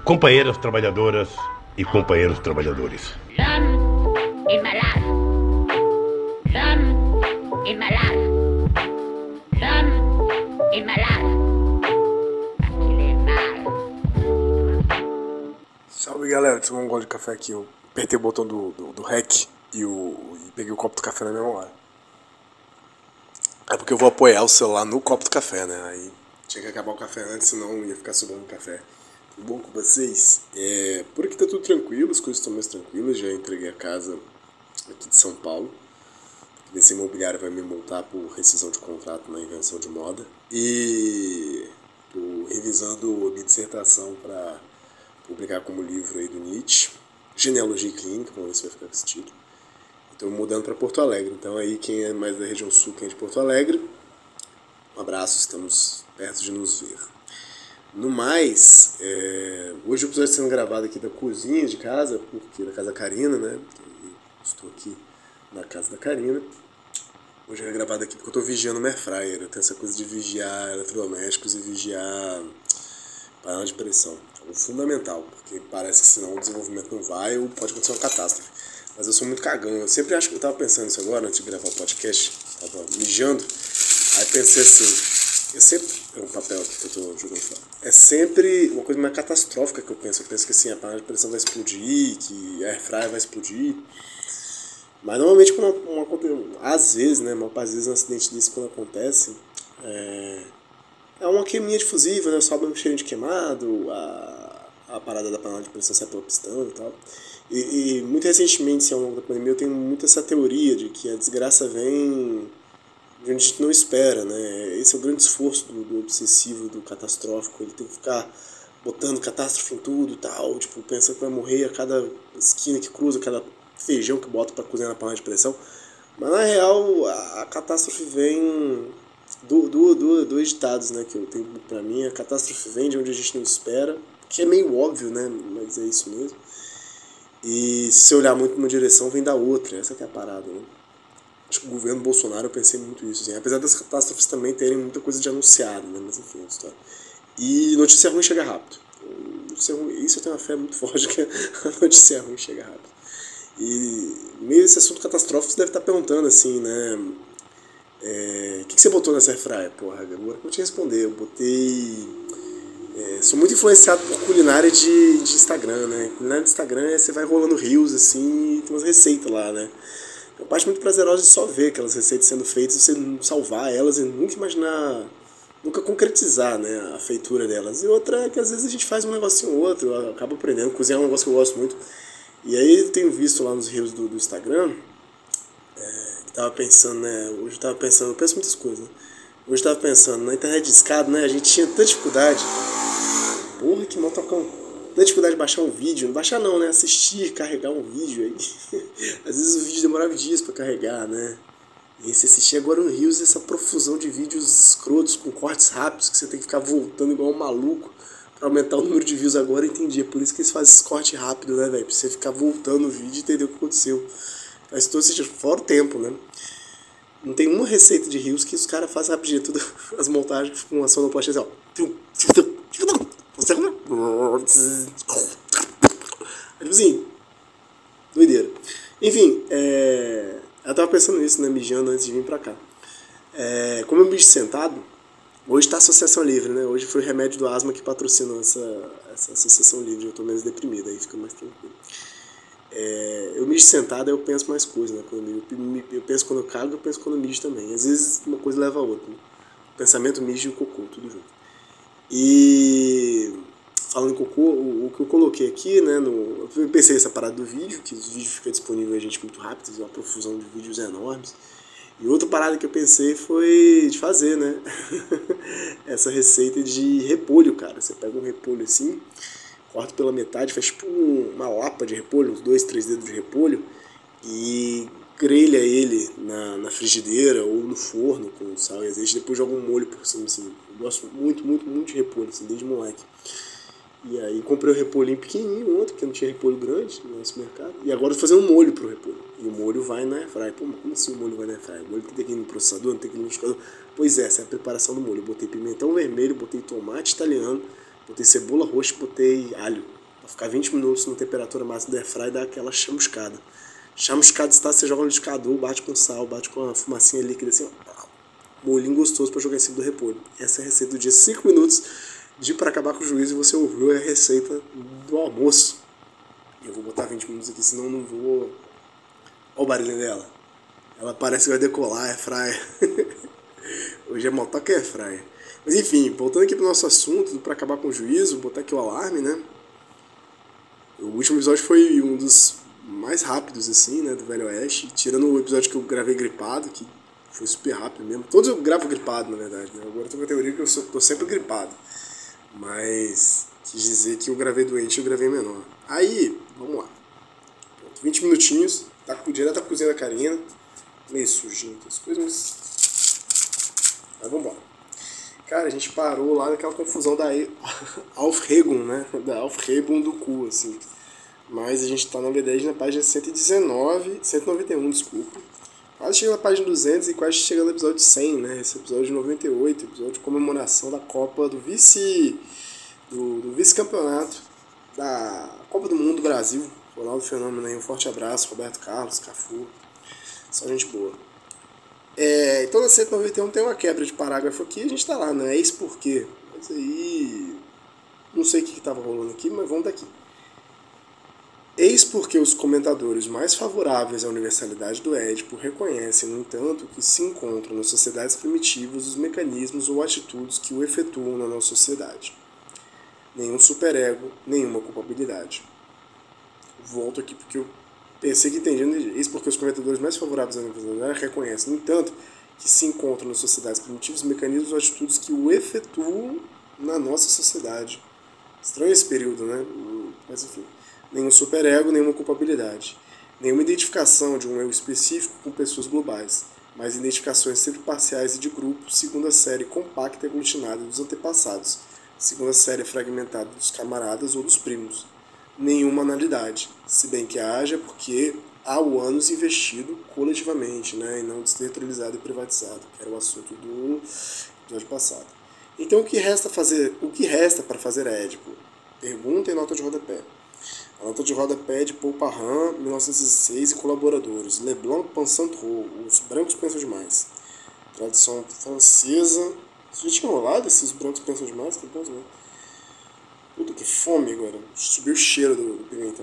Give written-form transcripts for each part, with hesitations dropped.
Companheiras trabalhadoras e companheiros trabalhadores. L'homme est malade. L'homme est malade. L'homme est malade. Parce qu'il est mal. Salve galera, eu tomei um gole de café aqui. Eu apertei o botão do REC e peguei o copo do café na mesma hora. É porque eu vou apoiar o celular no copo do café, né? Aí tinha que acabar o café antes, senão ia ficar sobrando café. Tudo bom com vocês? Por aqui tá tudo tranquilo, as coisas estão mais tranquilas. Já entreguei a casa aqui de São Paulo. Esse imobiliário vai me multar por rescisão de contrato na invenção de moda. E tô revisando minha dissertação para publicar como livro aí do Nietzsche, Genealogia Clínica, vamos ver se vai ficar com esse título. Estou mudando para Porto Alegre, então aí quem é mais da região sul, quem é de Porto Alegre, um abraço, estamos perto de nos ver. No mais, hoje o episódio está sendo gravado aqui da cozinha de casa, porque da casa da Karina, né? Estou aqui na casa da Karina. Hoje é gravado aqui porque eu estou vigiando o air fryer. Eu tenho essa coisa de vigiar eletrodomésticos e vigiar panela de pressão. É fundamental, porque parece que senão o desenvolvimento não vai ou pode acontecer uma catástrofe. Mas eu sou muito cagão. Eu sempre acho que eu tava pensando nisso agora, antes de gravar o podcast. Tava mijando. Aí pensei assim, eu sempre... É um papel aqui que eu tô jogando fora. É sempre uma coisa mais catastrófica que eu penso. Eu penso que assim, a panela de pressão vai explodir, que a air fryer vai explodir. Mas normalmente quando às vezes, né, às vezes um acidente desse quando acontece, é uma queiminha de fusível, né, sobe um cheirinho de queimado, a parada da panela de pressão sai pelo pistão e tal. E muito recentemente, ao longo da pandemia, eu tenho muito essa teoria de que a desgraça vem de onde a gente não espera, né? Esse é o grande esforço do obsessivo, do catastrófico. Ele tem que ficar botando catástrofe em tudo e tal, tipo, pensando que vai morrer a cada esquina que cruza, cada feijão que bota pra cozinhar na panela de pressão. Mas na real, a catástrofe vem dois ditados, né, que eu tenho pra mim. A catástrofe vem de onde a gente não espera, que é meio óbvio, né, mas é isso mesmo. E se você olhar muito numa direção, vem da outra. Essa que é a parada, né? Acho que o governo Bolsonaro, eu pensei muito isso, assim. Apesar das catástrofes também terem muita coisa de anunciado, né, mas enfim, é outra história. E notícia ruim chega rápido. Isso eu tenho uma fé muito forte, que a notícia ruim chega rápido. E no meio desse assunto catastrófico, você deve estar perguntando assim, né? O que você botou nessa airfryer? Porra, agora que eu vou te responder. Eu botei... sou muito influenciado por culinária de Instagram, né? Culinária de Instagram você vai rolando reels assim e tem umas receitas lá, né? É uma parte muito prazerosa de só ver aquelas receitas sendo feitas e você salvar elas e nunca imaginar, nunca concretizar, né, a feitura delas. E outra é que às vezes a gente faz um negocinho ou outro, eu acabo aprendendo. Cozinhar é um negócio que eu gosto muito. E aí eu tenho visto lá nos reels do Instagram, que tava pensando, né, hoje eu tava pensando, eu penso muitas coisas, né? Hoje eu tava pensando, na internet de escada, né, a gente tinha tanta dificuldade, porra, que motocão, tanta dificuldade de baixar um vídeo, não baixar não, né, assistir, carregar um vídeo aí, às vezes o vídeo demorava dias pra carregar, né, e você assistir agora no Reels essa profusão de vídeos escrotos, com cortes rápidos, que você tem que ficar voltando igual um maluco, pra aumentar o número de views agora, eu entendi. É por isso que eles fazem esse corte rápido, né, velho? Pra você ficar voltando o vídeo e entender o que aconteceu. Faz todo sentido, fora o tempo, né? Não tem uma receita de rios que os caras fazem rapidinho, tudo, as montagens com a sonoplastia assim, ó. Tipo assim, doideira. Enfim, eu tava pensando nisso, né, mijando antes de vir pra cá. Como eu mijo sentado, hoje tá a Associação Livre, né? Hoje foi o remédio do asma que patrocinou essa Associação Livre. Eu tô menos deprimido, aí fica mais tranquilo. Eu mijo sentado, aí eu penso mais coisas, né? Eu penso quando eu cago, eu penso quando eu mijo também. Às vezes uma coisa leva a outra, né? O pensamento, mijo e o cocô, tudo junto. E falando em cocô, o que eu coloquei aqui, né? Eu pensei nessa parada do vídeo, que os vídeos ficam disponíveis a gente muito rápido, uma profusão de vídeos enormes. E outra parada que eu pensei foi de fazer, né? Essa receita de repolho, cara. Você pega um repolho assim, corta pela metade, faz tipo uma lapa de repolho, uns 2, 3 dedos de repolho, e grelha ele na frigideira ou no forno com sal e azeite, depois joga um molho por cima, assim. Eu gosto muito, muito, muito de repolho, assim, desde moleque. E aí comprei um repolhinho pequenininho ontem, porque não tinha repolho grande no nosso mercado. E agora eu vou fazer um molho pro repolho. E o molho vai na airfryer. Pô, mas como assim o molho vai na airfryer? O molho tem que ir no processador, não tem que ir no liquidificador. Pois é, essa é a preparação do molho. Eu botei pimentão vermelho, botei tomate italiano, botei cebola roxa, botei alho. Pra ficar 20 minutos na temperatura máxima do airfryer e dar aquela chamuscada. Chamuscada está, você joga no liquidificador, bate com sal, bate com a fumacinha líquida assim, ó. Molhinho gostoso para jogar em cima do repolho. Essa é a receita do dia. 5 minutos de para acabar com o juízo e você ouviu a receita do almoço. Eu vou botar 20 minutos aqui, senão não vou... Olha o barulho dela. Ela parece que vai decolar, airfryer. Hoje é motoca airfryer. Mas enfim, voltando aqui pro nosso assunto, para acabar com o juízo, vou botar aqui o alarme, né? O último episódio foi um dos mais rápidos, assim, né, do Velho Oeste. Tirando o episódio que eu gravei gripado, que foi super rápido mesmo. Todos eu gravo gripado, na verdade, né? Agora eu tô com a teoria que eu tô sempre gripado. Mas quis dizer que eu gravei doente e eu gravei menor. Aí, vamos lá. 20 minutinhos, tá direto da cozinha da Karina. Meio sujinho as coisas, mas vamos embora. Cara, a gente parou lá naquela confusão da Aufregung, né? Da Aufregung do cu, assim. Mas a gente tá, na verdade, na página 191, desculpa. Quase chega na página 200 e quase chega no episódio 100, né? Esse episódio de 98, episódio de comemoração da Copa do vice-campeonato da Copa do Mundo do Brasil. Ronaldo Fenômeno aí, um forte abraço, Roberto Carlos, Cafu, só gente boa. Então na 191 tem uma quebra de parágrafo aqui, a gente tá lá, né? Eis por quê. Mas aí... não sei o que tava rolando aqui, mas vamos daqui. Eis porque os comentadores mais favoráveis à universalidade do Édipo reconhecem, no entanto, que se encontram nas sociedades primitivas os mecanismos ou atitudes que o efetuam na nossa sociedade. Nenhum superego, nenhuma culpabilidade. Volto aqui porque eu pensei que entendi. Eis porque os comentadores mais favoráveis à universalidade reconhecem, no entanto, que se encontram nas sociedades primitivas os mecanismos ou atitudes que o efetuam na nossa sociedade. Estranho esse período, né? Mas enfim. Nenhum superego, nenhuma culpabilidade. Nenhuma identificação de um eu específico com pessoas globais, mas identificações sempre parciais e de grupo, segundo a série compacta e aglutinada dos antepassados, segundo a série fragmentada dos camaradas ou dos primos. Nenhuma analidade, se bem que haja porque há o ânus investido coletivamente, né, e não descentralizado e privatizado, que era o assunto do episódio passado. Então o que resta para fazer Édipo? Pergunta e nota de rodapé. A nota de rodapé é de Paul Parham, 1916, e colaboradores. Leblanc pensant trop, os brancos pensam demais. Tradução francesa. Você já tinha rolado esses brancos pensam demais? Que bom, né? Puta, que fome agora. Subiu o cheiro do pimentão.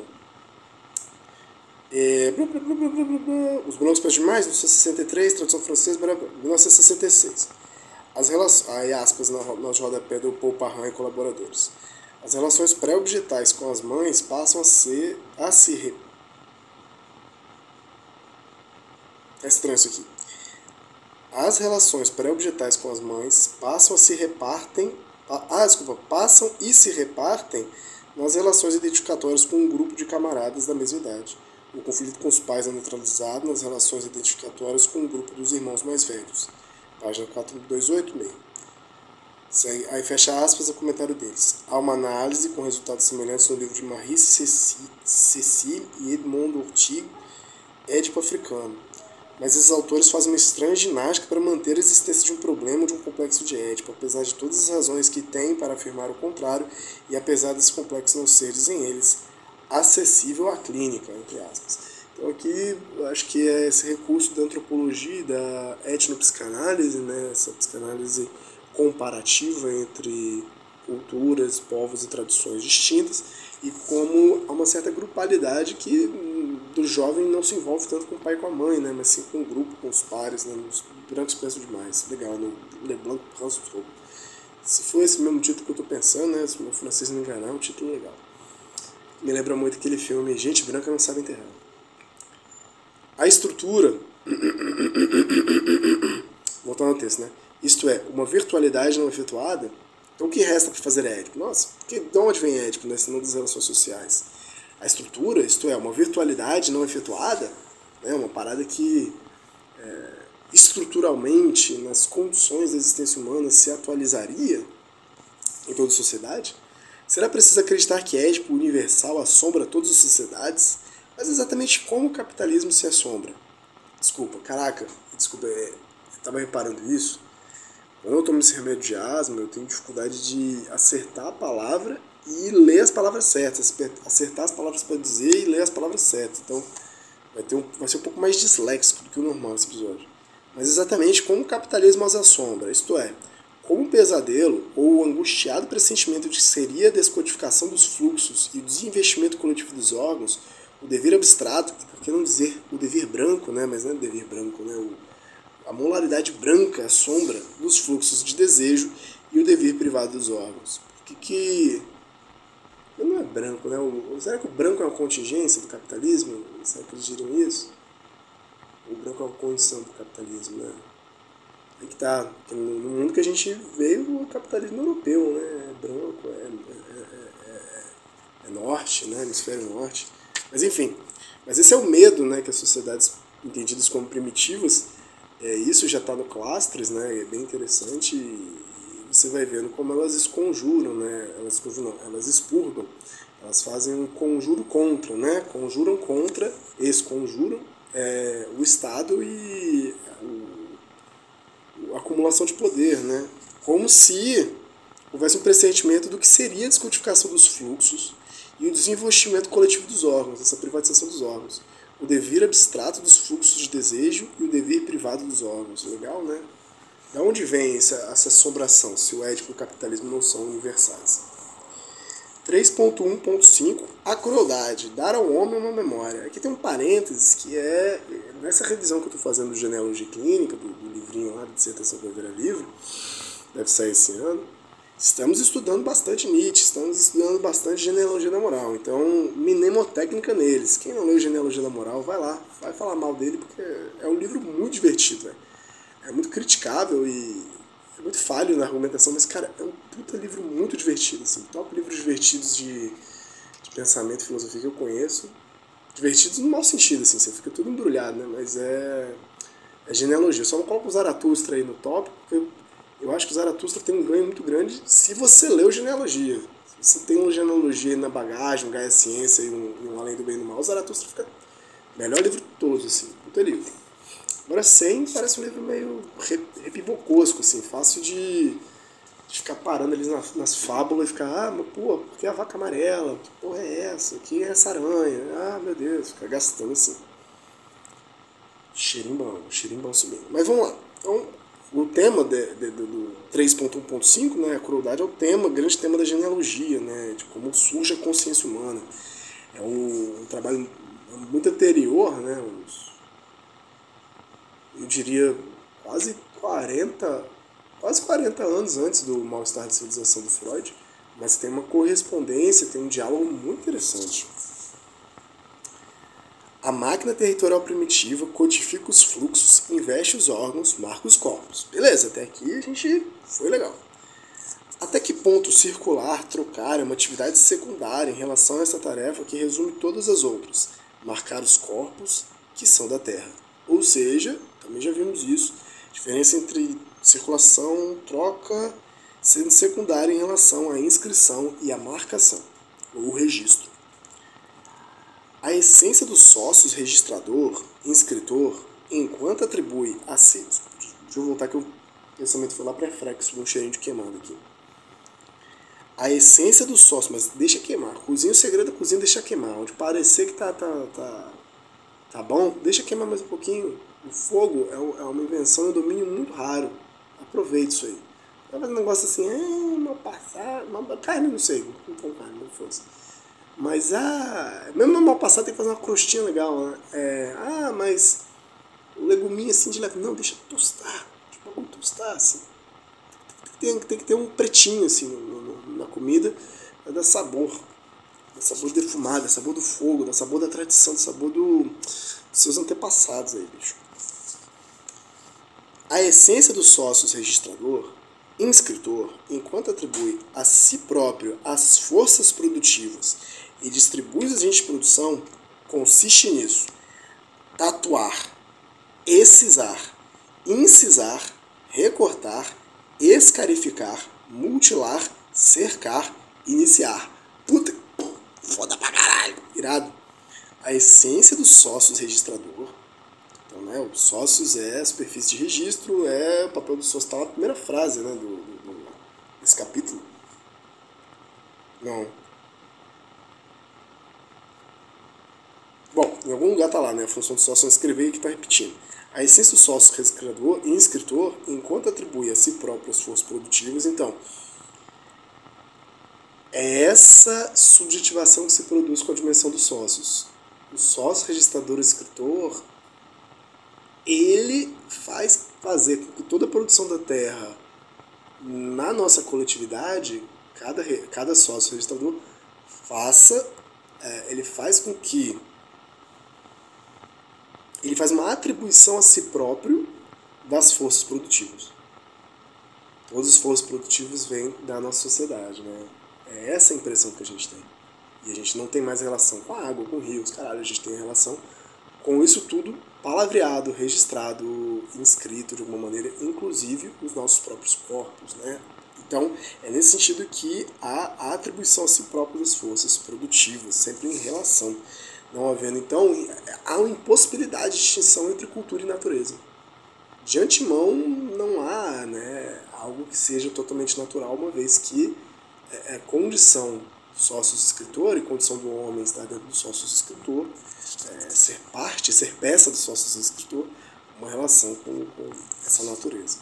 Os brancos pensam demais, 1963, tradução francesa, 1966. As relações, aí aspas na nota de rodapé do Paul Parham e colaboradores. As relações pré-objetais com as mães passam É estranho isso aqui. As relações pré-objetais com as mães passam e se repartem nas relações identificatórias com um grupo de camaradas da mesma idade. O conflito com os pais é neutralizado nas relações identificatórias com um grupo dos irmãos mais velhos. Página 4286. Aí fecha aspas o comentário deles. Há uma análise com resultados semelhantes no livro de Marie Cécile e Edmond Ortigue, Édipo Africano. Mas esses autores fazem uma estranha ginástica para manter a existência de um problema ou de um complexo de Édipo, apesar de todas as razões que têm para afirmar o contrário e apesar desse complexo não ser, dizem eles, acessível à clínica, entre aspas. Então aqui eu acho que é esse recurso da antropologia e da etnopsicanálise, né, essa psicanálise comparativa entre culturas, povos e tradições distintas, e como há uma certa grupalidade que do jovem não se envolve tanto com o pai e com a mãe, né, mas sim com o grupo, com os pares, né, os brancos pensam demais. Legal, no Leblanc pensant trop. Se for esse mesmo título que eu estou pensando, né, se o meu francês não enganar, é um título legal. Me lembra muito aquele filme Gente Branca Não Sabe Enterrar. A estrutura... Voltando ao texto, né? Isto é, uma virtualidade não efetuada. Então o que resta para fazer Édipo? Nossa, porque de onde vem Édipo, né? Senão das relações sociais. A estrutura, isto é, uma virtualidade não efetuada, né? Uma parada que estruturalmente, nas condições da existência humana, se atualizaria em toda a sociedade. Será preciso acreditar que Édipo universal assombra todas as sociedades? Mas exatamente como o capitalismo se assombra? Desculpa, eu estava reparando isso. Quando eu tomo esse remédio de asma, eu tenho dificuldade de acertar a palavra e ler as palavras certas, acertar as palavras para dizer e ler as palavras certas. Então vai ser um pouco mais disléxico do que o normal esse episódio. Mas exatamente como o capitalismo as assombra, isto é, como um pesadelo ou o angustiado pressentimento de que seria a descodificação dos fluxos e o desinvestimento coletivo dos órgãos, o dever abstrato, e por que não dizer o dever branco, né? Mas não é o dever branco, né? A molaridade branca, a sombra dos fluxos de desejo e o dever privado dos órgãos. Que não é branco, né? Será que o branco é uma contingência do capitalismo? Será que eles diriam isso? O branco é uma condição do capitalismo, né? Aí que tá, porque no mundo que a gente veio, o capitalismo europeu, né? É branco, é norte, né? Hemisfério norte. Mas enfim, mas esse é o medo, né? Que as sociedades entendidas como primitivas, isso já está no Clastres, né? É bem interessante e você vai vendo como elas esconjuram, né? Elas expurgam, elas fazem um conjuro contra, né? Conjuram contra, esconjuram o Estado e a acumulação de poder, né? Como se houvesse um pressentimento do que seria a descodificação dos fluxos e o desinvestimento coletivo dos órgãos, essa privatização dos órgãos. O dever abstrato dos fluxos de desejo e o dever privado dos órgãos. Legal, né? Da onde vem essa assombração, se o ético e o capitalismo não são universais? 3.1.5 A crueldade, dar ao homem uma memória. Aqui tem um parênteses que é nessa revisão que eu estou fazendo de genealogia clínica, do livrinho lá, de dissertação para virar livro, deve sair esse ano. Estamos estudando bastante Nietzsche, estamos estudando bastante genealogia da moral, então mnemotécnica neles. Quem não leu genealogia da moral, vai lá, vai falar mal dele, porque é um livro muito divertido, velho. É muito criticável e é muito falho na argumentação, mas, cara, é um puta livro muito divertido, assim. Top livros divertidos de pensamento e filosofia que eu conheço. Divertidos no mau sentido, assim, você fica tudo embrulhado, né? Mas é genealogia. Eu só não coloco o Zaratustra aí no top, porque eu acho que o Zaratustra tem um ganho muito grande se você leu genealogia. Se você tem uma genealogia na bagagem, um Gaia Ciência e um Além do Bem e do Mal, o Zaratustra fica o melhor livro de todos, assim. Puta livro. Agora 100 parece um livro meio repibocosco, assim, fácil de ficar parando ali nas fábulas e ficar, mas pô, por que a vaca amarela? Que porra é essa? Que é essa aranha? Ah, meu Deus, ficar gastando assim. Cheirinho bom subindo. Mas vamos lá. Então, o tema do 3.1.5, né, a crueldade, é o tema, grande tema da genealogia, né, de como surge a consciência humana. É um trabalho muito anterior, né, eu diria quase 40 anos antes do Mal-Estar de Civilização do Freud, mas tem uma correspondência, tem um diálogo muito interessante. A máquina territorial primitiva codifica os fluxos, investe os órgãos, marca os corpos. Beleza, até aqui a gente foi legal. Até que ponto circular, trocar é uma atividade secundária em relação a essa tarefa que resume todas as outras, marcar os corpos que são da Terra. Ou seja, também já vimos isso, diferença entre circulação, troca, sendo secundária em relação à inscrição e à marcação, ou registro. A essência dos sócios registrador, inscritor, enquanto atribui a si... Deixa eu voltar que o pensamento foi lá pré-frexo, um cheirinho de queimado aqui. A essência do sócio, mas deixa queimar. Cozinha, o segredo da cozinha é deixar queimar. Onde parecer que tá bom, deixa queimar mais um pouquinho. O fogo é uma invenção e um domínio muito raro. Aproveite isso aí. Vai fazer um negócio assim, mal passado, carne, não sei, não tem carne, não fosse. Mas, mesmo no mal passado tem que fazer uma crostinha legal, né? Mas o leguminho assim de leve, não, deixa tostar, tipo, vamos tostar, assim. Tem que ter um pretinho, assim, na comida, pra dar sabor defumado, dá sabor do fogo, dá sabor da tradição, dá sabor dos seus antepassados aí, bicho. A essência dos sócios registrador, inscritor, enquanto atribui a si próprio as forças produtivas e distribui os agentes de produção, consiste nisso: tatuar, excisar, incisar, recortar, escarificar, mutilar, cercar, iniciar. Puta, foda pra caralho, irado. A essência dos sócios registrador. Então, né, os sócios é a superfície de registro, é o papel do sócio, está na primeira frase, né, desse capítulo. Não. Bom, em algum lugar tá lá, né? A função do sócio é escrever e que tá repetindo. A essência do sócio registrador e inscritor, enquanto atribui a si próprio as forças produtivas, então, é essa subjetivação que se produz com a dimensão dos sócios. O sócio registrador e escritor, ele faz fazer com que toda a produção da terra na nossa coletividade, cada sócio registrador ele faz com que ele faz uma atribuição a si próprio das forças produtivas. Todas as forças produtivas vêm da nossa sociedade, né? É essa a impressão que a gente tem. E a gente não tem mais relação com a água, com rios, caralho, a gente tem relação com isso tudo palavreado, registrado, inscrito de alguma maneira, inclusive os nossos próprios corpos, né? Então, é nesse sentido que há a atribuição a si próprio das forças produtivas, sempre em relação. Não havendo, então, há uma impossibilidade de distinção entre cultura e natureza. De antemão, não há, né, algo que seja totalmente natural, uma vez que condição do sócio-escritor e condição do homem estar dentro do sócio-escritor, ser parte, ser peça do sócio-escritor, uma relação com essa natureza.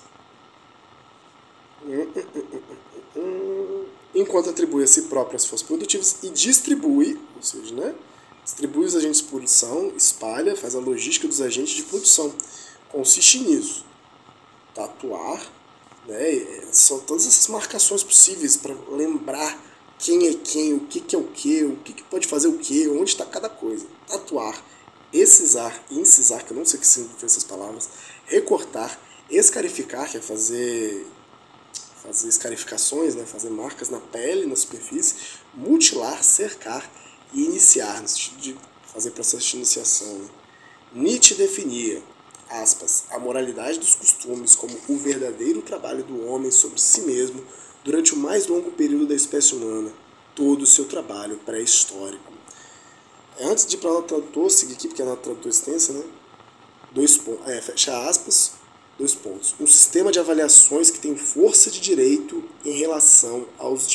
Enquanto atribui a si próprio as forças produtivas e distribui, ou seja, né, distribui os agentes de produção, espalha, faz a logística dos agentes de produção. Consiste nisso. Tatuar, né, são todas essas marcações possíveis para lembrar quem é quem, o que é o que pode fazer o que, onde está cada coisa. Tatuar, excisar, incisar, que eu não sei o que significa essas palavras, recortar, escarificar, que é fazer escarificações, né, fazer marcas na pele, na superfície, mutilar, cercar e iniciar, no sentido de fazer processo de iniciação. Né? Nietzsche definia, aspas, a moralidade dos costumes como o verdadeiro trabalho do homem sobre si mesmo durante o mais longo período da espécie humana, todo o seu trabalho pré-histórico. Antes de ir para a nota tradutor, seguir aqui, porque a nota tradutor é extensa, né? Fecha aspas, 2 pontos. Um sistema de avaliações que tem força de direito em relação aos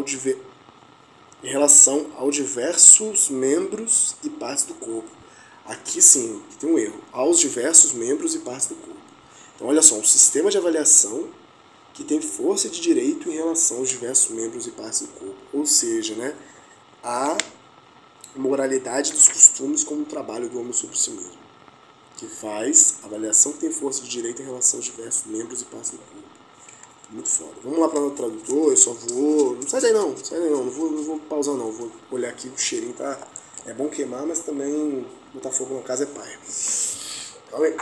diversos membros e partes do corpo. Aqui sim, tem um erro. Aos diversos membros e partes do corpo. Então, olha só, um sistema de avaliação que tem força de direito em relação aos diversos membros e partes do corpo. Ou seja, né, a moralidade dos costumes como o trabalho do homem sobre si mesmo. Que faz avaliação que tem força de direito em relação aos diversos membros e partes do corpo. Muito foda. Vamos lá para o tradutor, eu só vou... Não sai daí não, não vou pausar não, vou olhar aqui, o cheirinho tá... É bom queimar, mas também botar fogo na casa é paia. Calma aí.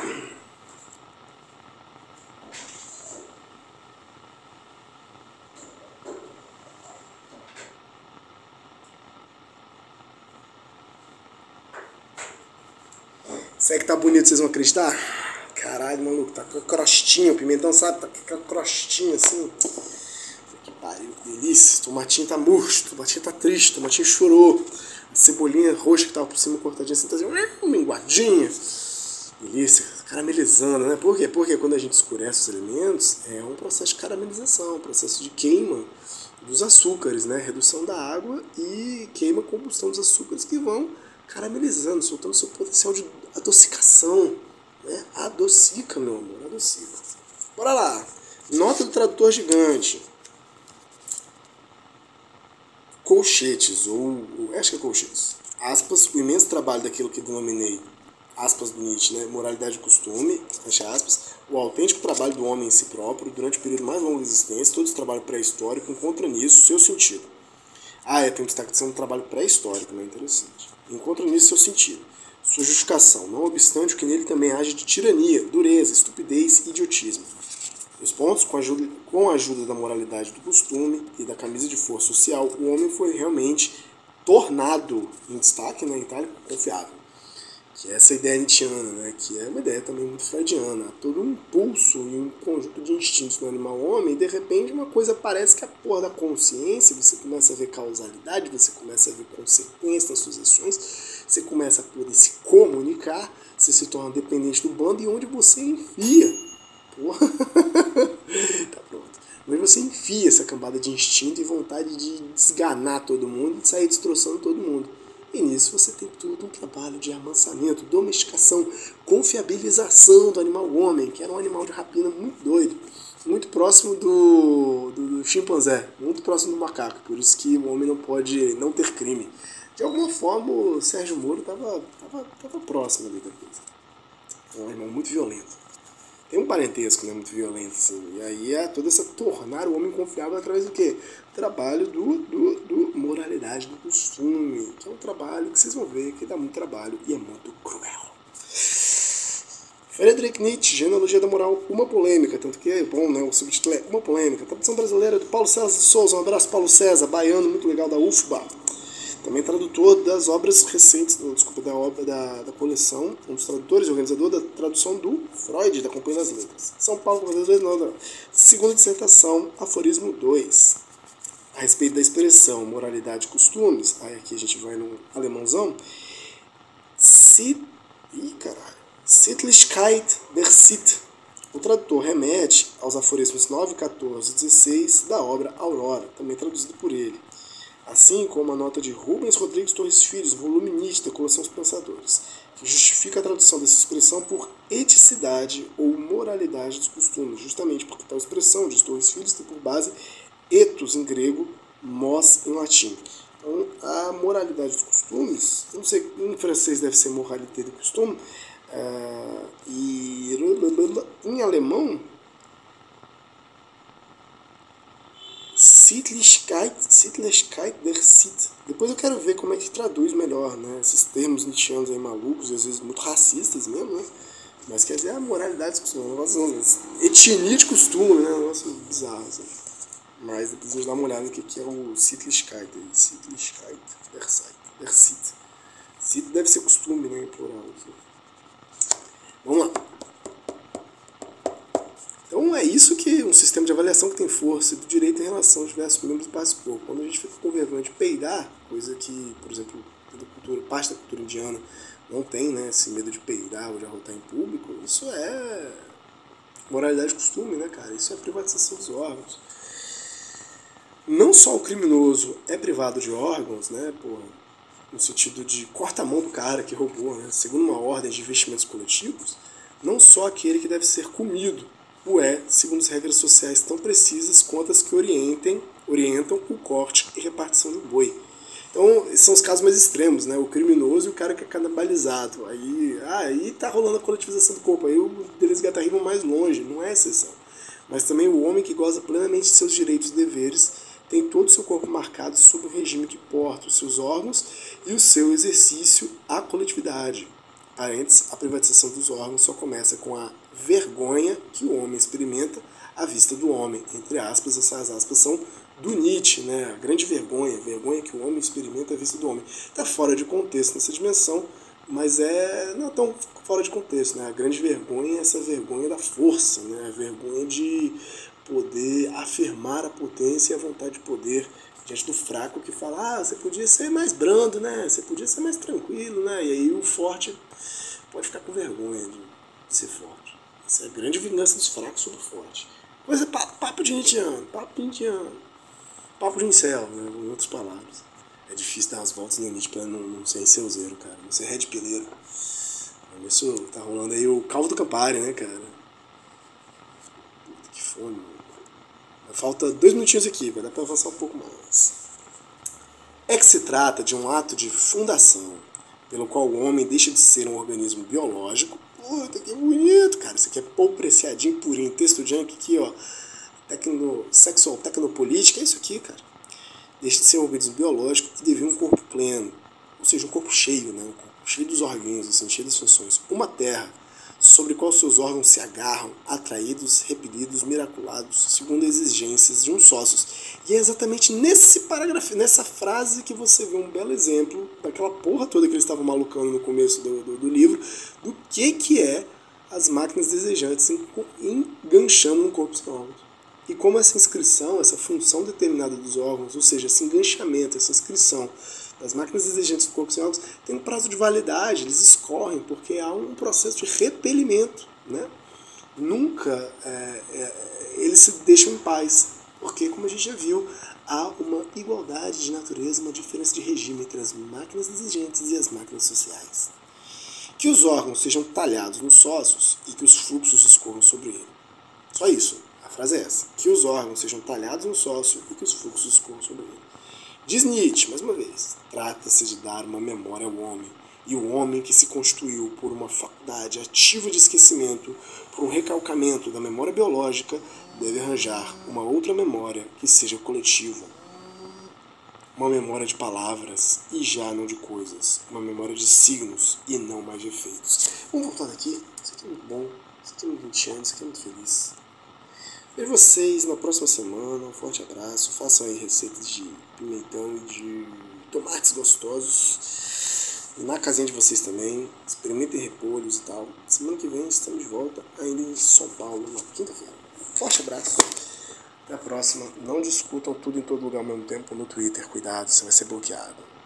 Será que tá bonito, vocês vão acreditar? Caralho, maluco, tá com a crostinha, o pimentão, sabe? Tá com a crostinha assim. Que pariu, que delícia. O tomatinho tá murcho, o tomatinho tá triste, o tomatinho chorou. A cebolinha roxa que tava por cima cortadinha assim, tá assim, minguadinha. Delícia, caramelizando, né? Por quê? Porque quando a gente escurece os alimentos, é um processo de caramelização, um processo de queima dos açúcares, né? Redução da água e queima, combustão dos açúcares que vão caramelizando, soltando seu potencial de adocicação. Né? Adocica, meu amor, adocica. Bora lá. Nota do tradutor gigante. Colchetes, acho que é colchetes. Aspas, o imenso trabalho daquilo que denominei, aspas do Nietzsche, né? Moralidade e costume, fecha aspas, o autêntico trabalho do homem em si próprio, durante o período mais longo da existência, todo esse trabalho pré-histórico encontra nisso seu sentido. Tem um destaque de ser um trabalho pré-histórico, né? Interessante. Encontra nisso seu sentido. Sua justificação, não obstante o que nele também age de tirania, dureza, estupidez e idiotismo. Os pontos, com a ajuda da moralidade do costume e da camisa de força social, o homem foi realmente tornado, em destaque na Itália, confiável. Que é essa ideia nietzschiana, né? Que é uma ideia também muito freudiana. Todo um impulso e um conjunto de instintos no animal homem, e de repente uma coisa parece que a porra da consciência, você começa a ver causalidade, você começa a ver consequência nas suas ações, você começa a poder se comunicar, você se torna dependente do bando e onde você enfia. Porra. Tá pronto. Onde você enfia enfia essa cambada de instinto e vontade de desganar todo mundo e de sair destroçando todo mundo. E nisso você tem todo um trabalho de amansamento, domesticação, confiabilização do animal homem, que era um animal de rapina muito doido, muito próximo do chimpanzé, muito próximo do macaco, por isso que o homem não pode não ter crime. De alguma forma o Sérgio Moro estava próximo ali da coisa. É um animal muito violento. Tem um parentesco, né, muito violento, assim. E aí é toda essa tornar o homem confiável através do quê? Trabalho do moralidade do costume, que é um trabalho que vocês vão ver que dá muito trabalho e é muito cruel. Friedrich Nietzsche, Genealogia da Moral, uma polêmica, tanto que é bom, né, o subtítulo é uma polêmica. Tradução brasileira do Paulo César de Souza, um abraço Paulo César, baiano, muito legal, da UFBA. Também tradutor das obras recentes, da obra da coleção, um dos tradutores e organizador da tradução do Freud, da Companhia das Letras. São Paulo, não. Segunda dissertação, aforismo 2. A respeito da expressão moralidade e costumes, aí aqui a gente vai no alemãozão, Sittlichkeit der Sitte. O tradutor remete aos aforismos 9, 14 e 16 da obra Aurora, também traduzido por ele. Assim como a nota de Rubens Rodrigues Torres Filho, volume Nietzsche, da coleção Os Pensadores, que justifica a tradução dessa expressão por eticidade ou moralidade dos costumes, justamente porque tal expressão de Torres Filho tem por base ethos em grego, mos em latim. Então, a moralidade dos costumes, não sei, em francês deve ser moralité de costume, e em alemão, Sittlichkeit der Sitte. Depois eu quero ver como é que traduz melhor, né? Esses termos nietzschianos aí malucos, e às vezes muito racistas mesmo, né? Mas quer dizer, a moralidade dos costumes, um negócio, etnia de costume, né? Um negócio bizarro, assim. Mas depois a gente dá uma olhada no que é o Sittlichkeit aí. Sittlichkeit der Sitte. Sitte deve ser costume, né? Em plural. Assim. Vamos lá. Então é isso que um sistema de avaliação que tem força do direito em relação aos diversos membros do passe corpo. Quando a gente fica com vergonha de peidar, coisa que, por exemplo, parte da cultura indiana não tem, né, esse medo de peidar ou de arrotar em público, isso é moralidade de costume, né, cara? Isso é privatização dos órgãos. Não só o criminoso é privado de órgãos, né, porra, no sentido de corta a mão do cara que roubou, né, segundo uma ordem de investimentos coletivos, não só aquele que deve ser comido o é, segundo as regras sociais tão precisas quanto as que orientam o corte e repartição do boi. Então, esses são os casos mais extremos, né? O criminoso e o cara que é canibalizado. Aí tá rolando a coletivização do corpo. Aí o Deleuze e Guattari vão mais longe, não é exceção. Mas também o homem que goza plenamente de seus direitos e deveres tem todo o seu corpo marcado sob o regime que porta os seus órgãos e o seu exercício à coletividade. Parênteses, a privatização dos órgãos só começa com a vergonha que o homem experimenta à vista do homem. Entre aspas, essas aspas são do Nietzsche, né? A grande vergonha que o homem experimenta à vista do homem. Está fora de contexto nessa dimensão, mas não é tão fora de contexto, né? A grande vergonha é essa vergonha da força, né? A vergonha de poder afirmar a potência e a vontade de poder diante do fraco que fala, você podia ser mais brando, né? Você podia ser mais tranquilo, né? E aí o forte pode ficar com vergonha de ser forte. Essa é a grande vingança dos fracos sobre o forte. Coisa papo de indiano, papo de incel, né? Em outras palavras. É difícil dar umas voltas no Nietzsche pra não ser inceuzeiro, cara. Não ser red pileiro. Isso tá rolando aí o Calvo do Campari, né, cara? Puta que fome, mano. Falta 2 minutinhos aqui, vai dar pra avançar um pouco mais. É que se trata de um ato de fundação, pelo qual o homem deixa de ser um organismo biológico. Puta, que bonito, cara. Isso aqui é Paul Preciadinho purinho. Texto junk aqui, ó. Sexual tecnopolítica. É isso aqui, cara. Deixa de ser um organismo biológico e devia um corpo pleno. Ou seja, um corpo cheio, né? Um corpo cheio dos órgãos, assim, cheio das funções. Uma terra sobre qual seus órgãos se agarram, atraídos, repelidos, miraculados, segundo as exigências de uns sócios. E é exatamente nesse parágrafo, nessa frase, que você vê um belo exemplo daquela porra toda que eles estavam malucando no começo do livro, do que é as máquinas desejantes enganchando no corpo sem órgãos. E como essa inscrição, essa função determinada dos órgãos, ou seja, esse enganchamento, essa inscrição das máquinas exigentes do corpo sem órgãos, tem um prazo de validade, eles escorrem, porque há um processo de repelimento, né? Nunca eles se deixam em paz. Porque, como a gente já viu, há uma igualdade de natureza, uma diferença de regime entre as máquinas exigentes e as máquinas sociais. Que os órgãos sejam talhados nos ossos e que os fluxos escorram sobre ele. Só isso, a frase é essa. Que os órgãos sejam talhados no sócio e que os fluxos escorram sobre ele. Diz Nietzsche, mais uma vez, trata-se de dar uma memória ao homem, e o homem que se constituiu por uma faculdade ativa de esquecimento, por um recalcamento da memória biológica, deve arranjar uma outra memória que seja coletiva. Uma memória de palavras e já não de coisas. Uma memória de signos e não mais de efeitos. Vamos voltar daqui. Isso aqui é muito bom. Isso aqui é muito enchente. Isso aqui é muito feliz. Vejo vocês na próxima semana. Um forte abraço. Façam aí receitas de pimentão e de tomates gostosos. Na casinha de vocês também. Experimentem repolhos e tal. Semana que vem estamos de volta ainda em São Paulo, na quinta-feira. Forte abraço. Até a próxima. Não discutam tudo em todo lugar ao mesmo tempo no Twitter. Cuidado, você vai ser bloqueado.